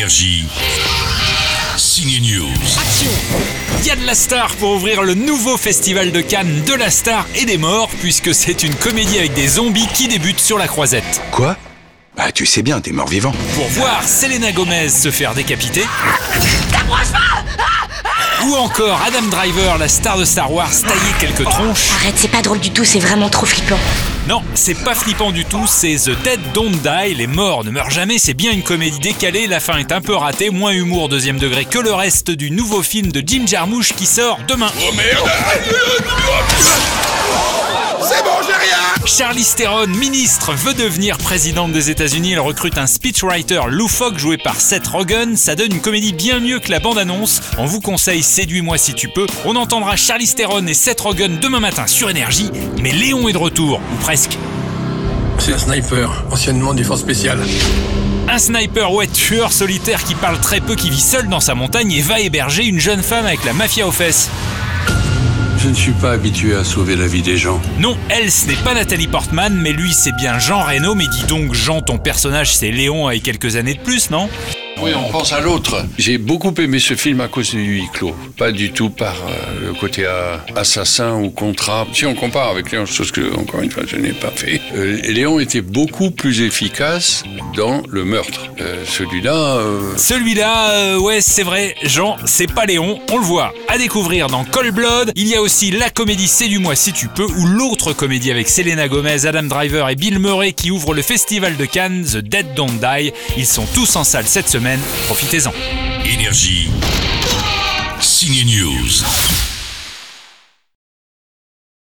Énergie. Signe News. Action! Yann Lastar pour ouvrir le nouveau festival de Cannes de la star et des morts, puisque c'est une comédie avec des zombies qui débute sur la Croisette. Quoi ? Bah tu sais bien, t'es mort-vivant. Pour voir Selena Gomez se faire décapiter. Ou encore Adam Driver, la star de Star Wars, tailler quelques tronches. Arrête, c'est pas drôle du tout, c'est vraiment trop flippant. Non, c'est pas flippant du tout, c'est The Dead Don't Die, les morts ne meurent jamais, c'est bien une comédie décalée, la fin est un peu ratée, moins humour deuxième degré que le reste du nouveau film de Jim Jarmusch qui sort demain. Oh merde! C'est bon, j'ai rien. Charlize Theron, ministre, veut devenir présidente des États-Unis. Elle recrute un speechwriter loufoque joué par Seth Rogen. Ça donne une comédie bien mieux que la bande-annonce. On vous conseille Séduis-moi si tu peux. On entendra Charlize Theron et Seth Rogen demain matin sur Énergie. Mais Léon est de retour, ou presque. C'est un sniper, anciennement des forces spéciales. Un sniper, ouais, tueur solitaire qui parle très peu, qui vit seul dans sa montagne et va héberger une jeune femme avec la mafia aux fesses. Je ne suis pas habitué à sauver la vie des gens. Non, elle, ce n'est pas Nathalie Portman, mais lui, c'est bien Jean Reno. Mais dis donc, Jean, ton personnage, c'est Léon avec quelques années de plus, non ? Oui, on pense à l'autre. J'ai beaucoup aimé ce film à cause du huis clos. Pas du tout par le côté assassin ou contrat. Si on compare avec Léon, chose que, encore une fois, je n'ai pas fait, Léon était beaucoup plus efficace dans le meurtre. Celui-là, ouais, c'est vrai, Jean, c'est pas Léon, on le voit. À découvrir dans Cold Blood, il y a aussi la comédie Séduis-moi si tu peux, ou l'autre comédie avec Selena Gomez, Adam Driver et Bill Murray qui ouvre le festival de Cannes, The Dead Don't Die. Ils sont tous en salle cette semaine, profitez-en. Énergie. Signe News.